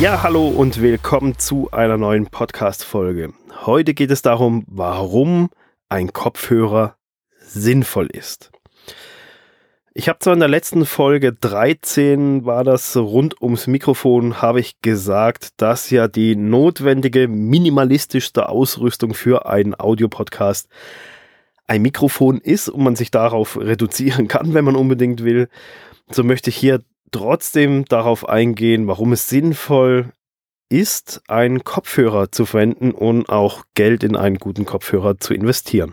Ja, hallo und willkommen zu einer neuen Podcast-Folge. Heute geht es darum, warum ein Kopfhörer sinnvoll ist. Ich habe zwar in der letzten Folge 13, war das rund ums Mikrofon, habe ich gesagt, dass ja die notwendige minimalistischste Ausrüstung für einen Audiopodcast ein Mikrofon ist und man sich darauf reduzieren kann, wenn man unbedingt will. So möchte ich hier trotzdem darauf eingehen, warum es sinnvoll ist, einen Kopfhörer zu verwenden und auch Geld in einen guten Kopfhörer zu investieren.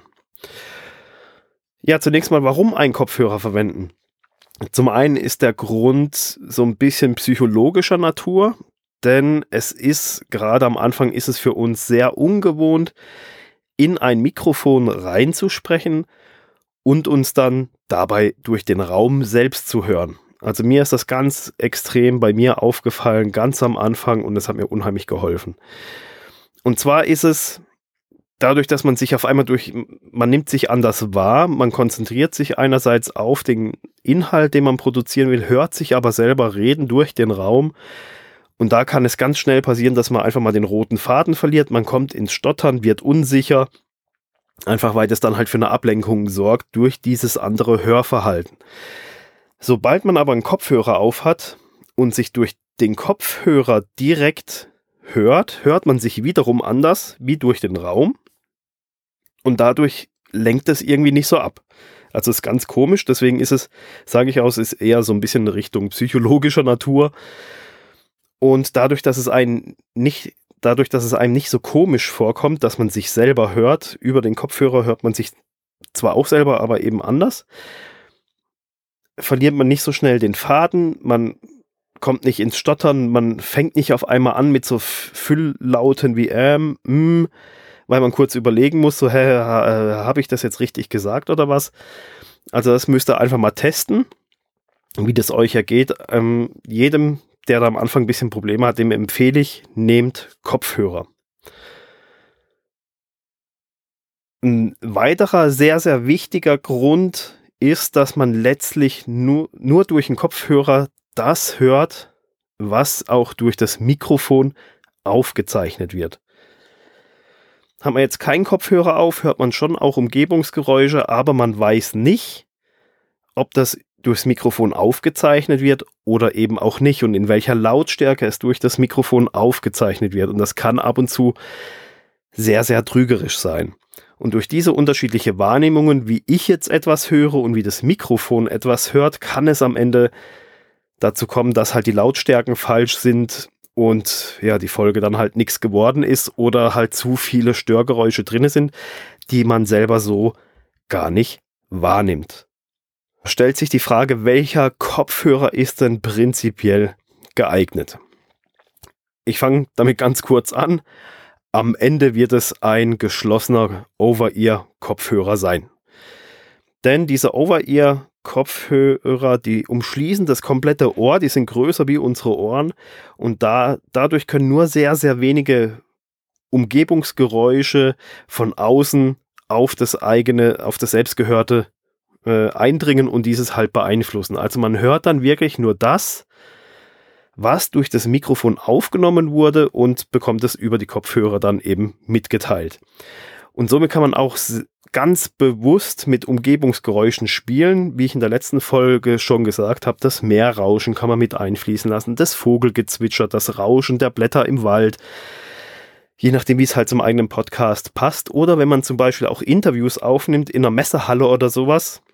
Ja, zunächst mal, warum einen Kopfhörer verwenden? Zum einen ist der Grund so ein bisschen psychologischer Natur, denn es ist, gerade am Anfang ist es für uns sehr ungewohnt, in ein Mikrofon reinzusprechen und uns dann dabei durch den Raum selbst zu hören. Also mir ist das ganz extrem bei mir aufgefallen, ganz am Anfang, und es hat mir unheimlich geholfen. Und zwar ist es dadurch, dass man sich auf einmal man nimmt sich anders wahr, man konzentriert sich einerseits auf den Inhalt, den man produzieren will, hört sich aber selber reden durch den Raum. Und da kann es ganz schnell passieren, dass man einfach mal den roten Faden verliert, man kommt ins Stottern, wird unsicher, einfach weil das dann halt für eine Ablenkung sorgt durch dieses andere Hörverhalten. Sobald man aber einen Kopfhörer auf hat und sich durch den Kopfhörer direkt hört man sich wiederum anders wie durch den Raum und dadurch lenkt es irgendwie nicht so ab. Also es ist ganz komisch, deswegen ist es, sage ich aus, ist eher so ein bisschen in Richtung psychologischer Natur. Und dadurch, dass es einem nicht so komisch vorkommt, dass man sich selber hört, über den Kopfhörer hört man sich zwar auch selber, aber eben anders, verliert man nicht so schnell den Faden, man kommt nicht ins Stottern, man fängt nicht auf einmal an mit so Fülllauten wie weil man kurz überlegen muss, so, habe ich das jetzt richtig gesagt oder was? Also das müsst ihr einfach mal testen, wie das euch ergeht. Jedem, der da am Anfang ein bisschen Probleme hat, dem empfehle ich, nehmt Kopfhörer. Ein weiterer sehr, sehr wichtiger Grund ist, dass man letztlich nur durch den Kopfhörer das hört, was auch durch das Mikrofon aufgezeichnet wird. Hat man jetzt keinen Kopfhörer auf, hört man schon auch Umgebungsgeräusche, aber man weiß nicht, ob das durchs Mikrofon aufgezeichnet wird oder eben auch nicht und in welcher Lautstärke es durch das Mikrofon aufgezeichnet wird. Und das kann ab und zu sehr, sehr trügerisch sein. Und durch diese unterschiedliche Wahrnehmungen, wie ich jetzt etwas höre und wie das Mikrofon etwas hört, kann es am Ende dazu kommen, dass halt die Lautstärken falsch sind und ja, die Folge dann halt nichts geworden ist oder halt zu viele Störgeräusche drin sind, die man selber so gar nicht wahrnimmt. Stellt sich die Frage, welcher Kopfhörer ist denn prinzipiell geeignet? Ich fange damit ganz kurz an. Am Ende wird es ein geschlossener Over-Ear-Kopfhörer sein. Denn diese Over-Ear-Kopfhörer, die umschließen das komplette Ohr, die sind größer wie unsere Ohren und dadurch können nur sehr, sehr wenige Umgebungsgeräusche von außen auf das selbstgehörte eindringen und dieses halt beeinflussen. Also man hört dann wirklich nur das, was durch das Mikrofon aufgenommen wurde und bekommt es über die Kopfhörer dann eben mitgeteilt. Und somit kann man auch ganz bewusst mit Umgebungsgeräuschen spielen, wie ich in der letzten Folge schon gesagt habe, das Meerrauschen kann man mit einfließen lassen, das Vogelgezwitscher, das Rauschen der Blätter im Wald, je nachdem, wie es halt zum eigenen Podcast passt. Oder wenn man zum Beispiel auch Interviews aufnimmt in einer Messehalle oder sowas,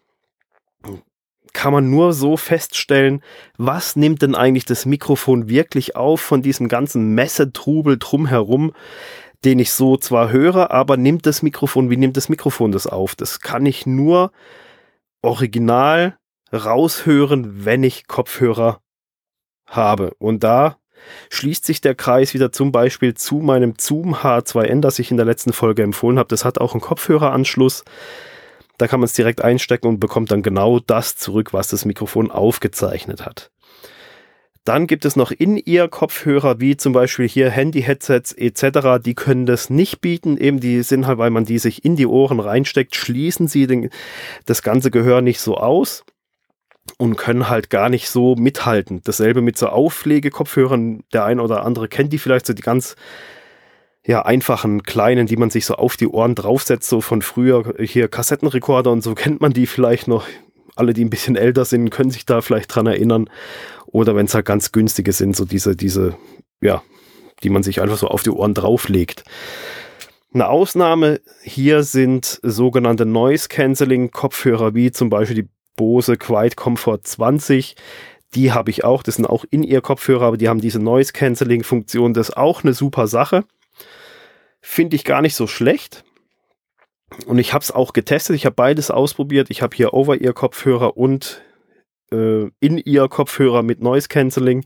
kann man nur so feststellen, was nimmt denn eigentlich das Mikrofon wirklich auf von diesem ganzen Messetrubel drumherum, den ich so zwar höre, aber wie nimmt das Mikrofon das auf? Das kann ich nur original raushören, wenn ich Kopfhörer habe. Und da schließt sich der Kreis wieder zum Beispiel zu meinem Zoom H2N, das ich in der letzten Folge empfohlen habe. Das hat auch einen Kopfhöreranschluss. Da kann man es direkt einstecken und bekommt dann genau das zurück, was das Mikrofon aufgezeichnet hat. Dann gibt es noch In-Ear-Kopfhörer, wie zum Beispiel hier Handy-Headsets etc., die können das nicht bieten. Eben die sind halt, weil man die sich in die Ohren reinsteckt, schließen sie das ganze Gehör nicht so aus. und können halt gar nicht so mithalten. Dasselbe mit so Auflegekopfhörern. Der ein oder andere kennt die vielleicht, so die ganz einfachen, kleinen, die man sich so auf die Ohren draufsetzt, so von früher, hier Kassettenrekorder und so kennt man die vielleicht noch. Alle, die ein bisschen älter sind, können sich da vielleicht dran erinnern. Oder wenn es halt ganz günstige sind, so diese, die man sich einfach so auf die Ohren drauflegt. Eine Ausnahme hier sind sogenannte Noise-Canceling-Kopfhörer, wie zum Beispiel die Bose Quiet Comfort 20. Die habe ich auch, das sind auch In-Ear-Kopfhörer, aber die haben diese Noise-Canceling-Funktion, das ist auch eine super Sache. Finde ich gar nicht so schlecht. Und ich habe es auch getestet, ich habe beides ausprobiert. Ich habe hier Over-Ear-Kopfhörer und In-Ear-Kopfhörer mit Noise-Canceling.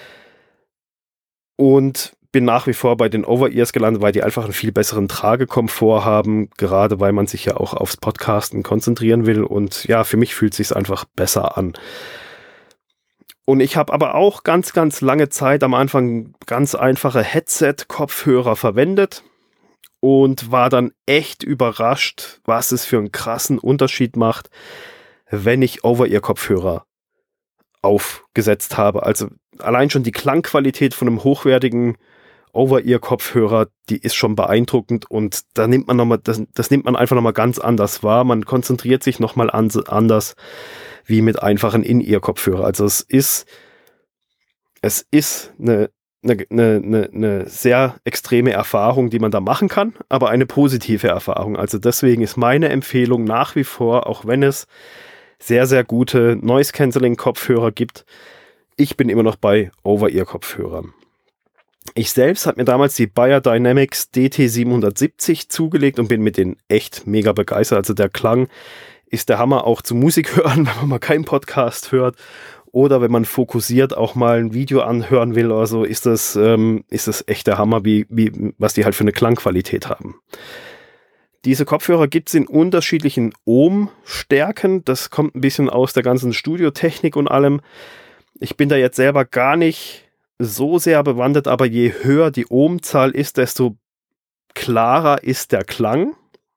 Und bin nach wie vor bei den Over-Ears gelandet, weil die einfach einen viel besseren Tragekomfort haben, gerade weil man sich ja auch aufs Podcasten konzentrieren will. Und ja, für mich fühlt es sich einfach besser an. Und ich habe aber auch ganz, ganz lange Zeit am Anfang ganz einfache Headset-Kopfhörer verwendet und war dann echt überrascht, was es für einen krassen Unterschied macht, wenn ich Over-Ear-Kopfhörer aufgesetzt habe. Also allein schon die Klangqualität von einem hochwertigen Over-Ear-Kopfhörer, die ist schon beeindruckend und da nimmt man nochmal, das nimmt man einfach nochmal ganz anders wahr. Man konzentriert sich nochmal anders wie mit einfachen In-Ear-Kopfhörer. Also es ist eine sehr extreme Erfahrung, die man da machen kann, aber eine positive Erfahrung. Also deswegen ist meine Empfehlung nach wie vor, auch wenn es sehr, sehr gute Noise-Canceling-Kopfhörer gibt, ich bin immer noch bei Over-Ear-Kopfhörern. Ich selbst habe mir damals die Beyerdynamics DT770 zugelegt und bin mit denen echt mega begeistert. Also der Klang ist der Hammer auch zu Musik hören, wenn man mal keinen Podcast hört. Oder wenn man fokussiert auch mal ein Video anhören will oder so, ist das echt der Hammer, was die halt für eine Klangqualität haben. Diese Kopfhörer gibt es in unterschiedlichen Ohmstärken. Das kommt ein bisschen aus der ganzen Studiotechnik und allem. Ich bin da jetzt selber gar nicht so sehr bewandert, aber je höher die Ohmzahl ist, desto klarer ist der Klang.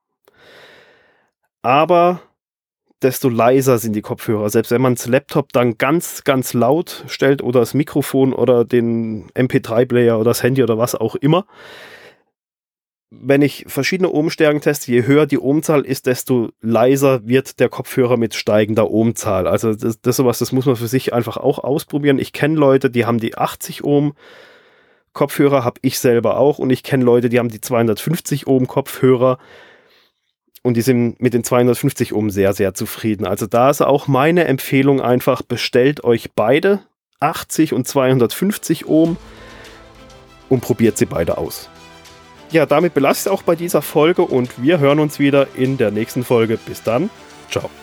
Aber desto leiser sind die Kopfhörer. Selbst wenn man das Laptop dann ganz, ganz laut stellt oder das Mikrofon oder den MP3-Player oder das Handy oder was auch immer. Wenn ich verschiedene Ohmstärken teste, je höher die Ohmzahl ist, desto leiser wird der Kopfhörer mit steigender Ohmzahl. Also das ist sowas, das muss man für sich einfach auch ausprobieren. Ich kenne Leute, die haben die 80 Ohm Kopfhörer, habe ich selber auch. Und ich kenne Leute, die haben die 250 Ohm Kopfhörer. Und die sind mit den 250 Ohm sehr, sehr zufrieden. Also da ist auch meine Empfehlung einfach, bestellt euch beide, 80 und 250 Ohm und probiert sie beide aus. Ja, damit belasse ich es auch bei dieser Folge und wir hören uns wieder in der nächsten Folge. Bis dann. Ciao.